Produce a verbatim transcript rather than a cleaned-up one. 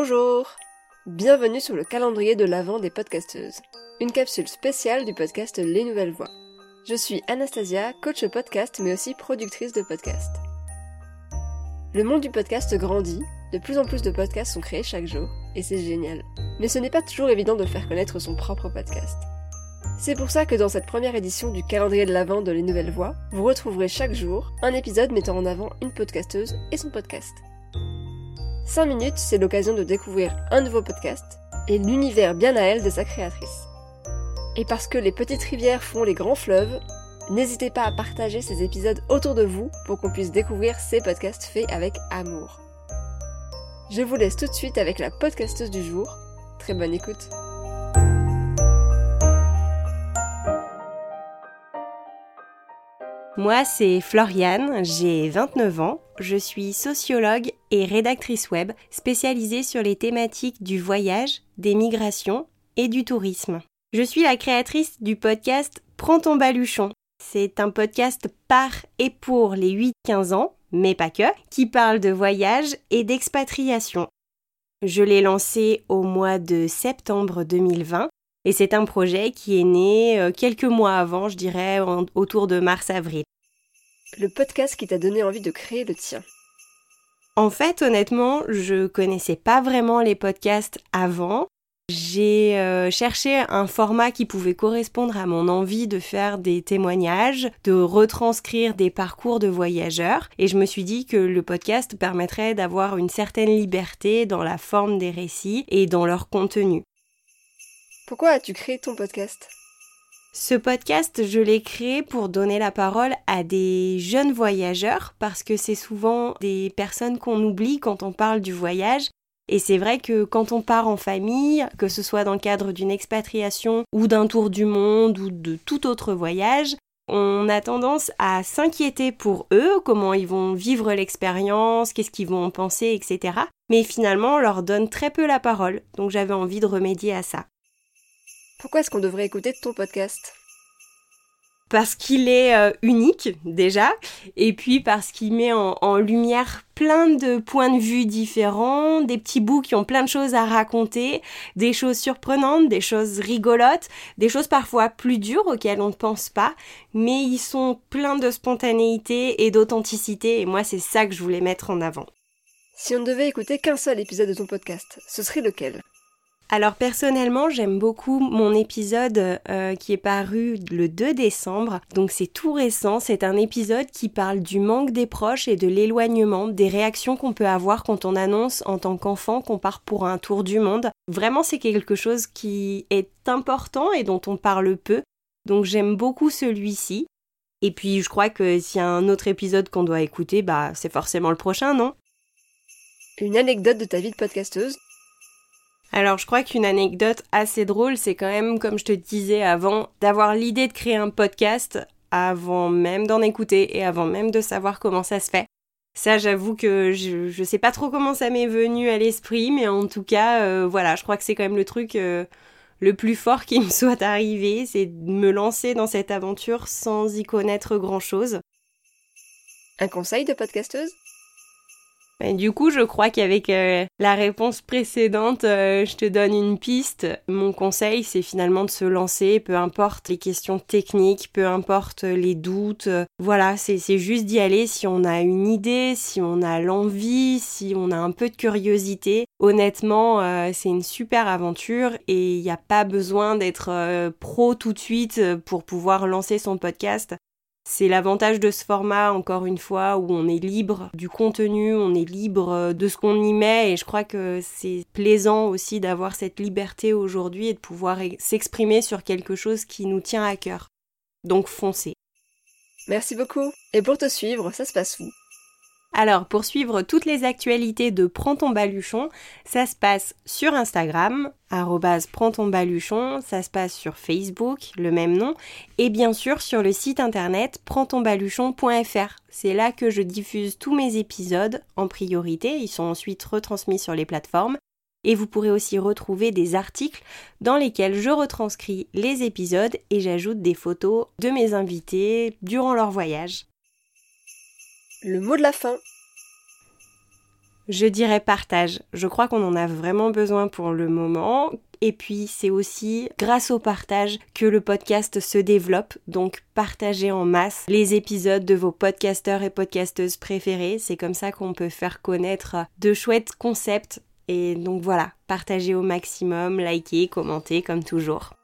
Bonjour! Bienvenue sur le calendrier de l'Avent des podcasteuses, une capsule spéciale du podcast Les Nouvelles Voix. Je suis Anastasia, coach podcast mais aussi productrice de podcasts. Le monde du podcast grandit, de plus en plus de podcasts sont créés chaque jour, et c'est génial. Mais ce n'est pas toujours évident de faire connaître son propre podcast. C'est pour ça que dans cette première édition du calendrier de l'Avent de Les Nouvelles Voix, vous retrouverez chaque jour un épisode mettant en avant une podcasteuse et son podcast. cinq minutes, c'est l'occasion de découvrir un nouveau podcast et l'univers bien à elle de sa créatrice. Et parce que les petites rivières font les grands fleuves, n'hésitez pas à partager ces épisodes autour de vous pour qu'on puisse découvrir ces podcasts faits avec amour. Je vous laisse tout de suite avec la podcasteuse du jour. Très bonne écoute. Moi, c'est Floriane, j'ai vingt-neuf ans, je suis sociologue et rédactrice web spécialisée sur les thématiques du voyage, des migrations et du tourisme. Je suis la créatrice du podcast Prends ton baluchon. C'est un podcast par et pour les huit quinze ans, mais pas que, qui parle de voyage et d'expatriation. Je l'ai lancé au mois de septembre deux mille vingt. Et c'est un projet qui est né quelques mois avant, je dirais, en, autour de mars-avril. Le podcast qui t'a donné envie de créer le tien. En fait, honnêtement, je connaissais pas vraiment les podcasts avant. J'ai euh, cherché un format qui pouvait correspondre à mon envie de faire des témoignages, de retranscrire des parcours de voyageurs. Et je me suis dit que le podcast permettrait d'avoir une certaine liberté dans la forme des récits et dans leur contenu. Pourquoi as-tu créé ton podcast ? Ce podcast, je l'ai créé pour donner la parole à des jeunes voyageurs parce que c'est souvent des personnes qu'on oublie quand on parle du voyage. Et c'est vrai que quand on part en famille, que ce soit dans le cadre d'une expatriation ou d'un tour du monde ou de tout autre voyage, on a tendance à s'inquiéter pour eux, comment ils vont vivre l'expérience, qu'est-ce qu'ils vont en penser, et cetera. Mais finalement, on leur donne très peu la parole. Donc j'avais envie de remédier à ça. Pourquoi est-ce qu'on devrait écouter ton podcast ? Parce qu'il est euh, unique, déjà, et puis parce qu'il met en, en lumière plein de points de vue différents, des petits bouts qui ont plein de choses à raconter, des choses surprenantes, des choses rigolotes, des choses parfois plus dures auxquelles on ne pense pas, mais ils sont pleins de spontanéité et d'authenticité, et moi c'est ça que je voulais mettre en avant. Si on ne devait écouter qu'un seul épisode de ton podcast, ce serait lequel ? Alors personnellement, j'aime beaucoup mon épisode euh, qui est paru le deux décembre, donc c'est tout récent, c'est un épisode qui parle du manque des proches et de l'éloignement, des réactions qu'on peut avoir quand on annonce en tant qu'enfant qu'on part pour un tour du monde. Vraiment, c'est quelque chose qui est important et dont on parle peu, donc j'aime beaucoup celui-ci. Et puis je crois que s'il y a un autre épisode qu'on doit écouter, bah c'est forcément le prochain, non ? Une anecdote de ta vie de podcasteuse ? Alors je crois qu'une anecdote assez drôle, c'est quand même, comme je te disais avant, d'avoir l'idée de créer un podcast avant même d'en écouter et avant même de savoir comment ça se fait. Ça, j'avoue que je, je sais pas trop comment ça m'est venu à l'esprit, mais en tout cas, euh, voilà, je crois que c'est quand même le truc euh, le plus fort qui me soit arrivé, c'est de me lancer dans cette aventure sans y connaître grand-chose. Un conseil de podcasteuse ? Et du coup, je crois qu'avec euh, la réponse précédente, euh, je te donne une piste. Mon conseil, c'est finalement de se lancer, peu importe les questions techniques, peu importe les doutes. Euh, voilà, c'est, c'est juste d'y aller si on a une idée, si on a l'envie, si on a un peu de curiosité. Honnêtement, euh, c'est une super aventure et il n'y a pas besoin d'être euh, pro tout de suite pour pouvoir lancer son podcast. C'est l'avantage de ce format, encore une fois, où on est libre du contenu, on est libre de ce qu'on y met, et je crois que c'est plaisant aussi d'avoir cette liberté aujourd'hui et de pouvoir s'exprimer sur quelque chose qui nous tient à cœur. Donc foncez. Merci beaucoup. Et pour te suivre, ça se passe où ? Alors, pour suivre toutes les actualités de Prends ton baluchon, ça se passe sur Instagram, arobase Prends ton baluchon, ça se passe sur Facebook, le même nom, et bien sûr sur le site internet prends ton baluchon point f r. C'est là que je diffuse tous mes épisodes en priorité, ils sont ensuite retransmis sur les plateformes, et vous pourrez aussi retrouver des articles dans lesquels je retranscris les épisodes et j'ajoute des photos de mes invités durant leur voyage. Le mot de la fin. Je dirais partage. Je crois qu'on en a vraiment besoin pour le moment. Et puis, c'est aussi grâce au partage que le podcast se développe. Donc, partagez en masse les épisodes de vos podcasteurs et podcasteuses préférés. C'est comme ça qu'on peut faire connaître de chouettes concepts. Et donc voilà, partagez au maximum, likez, commentez comme toujours.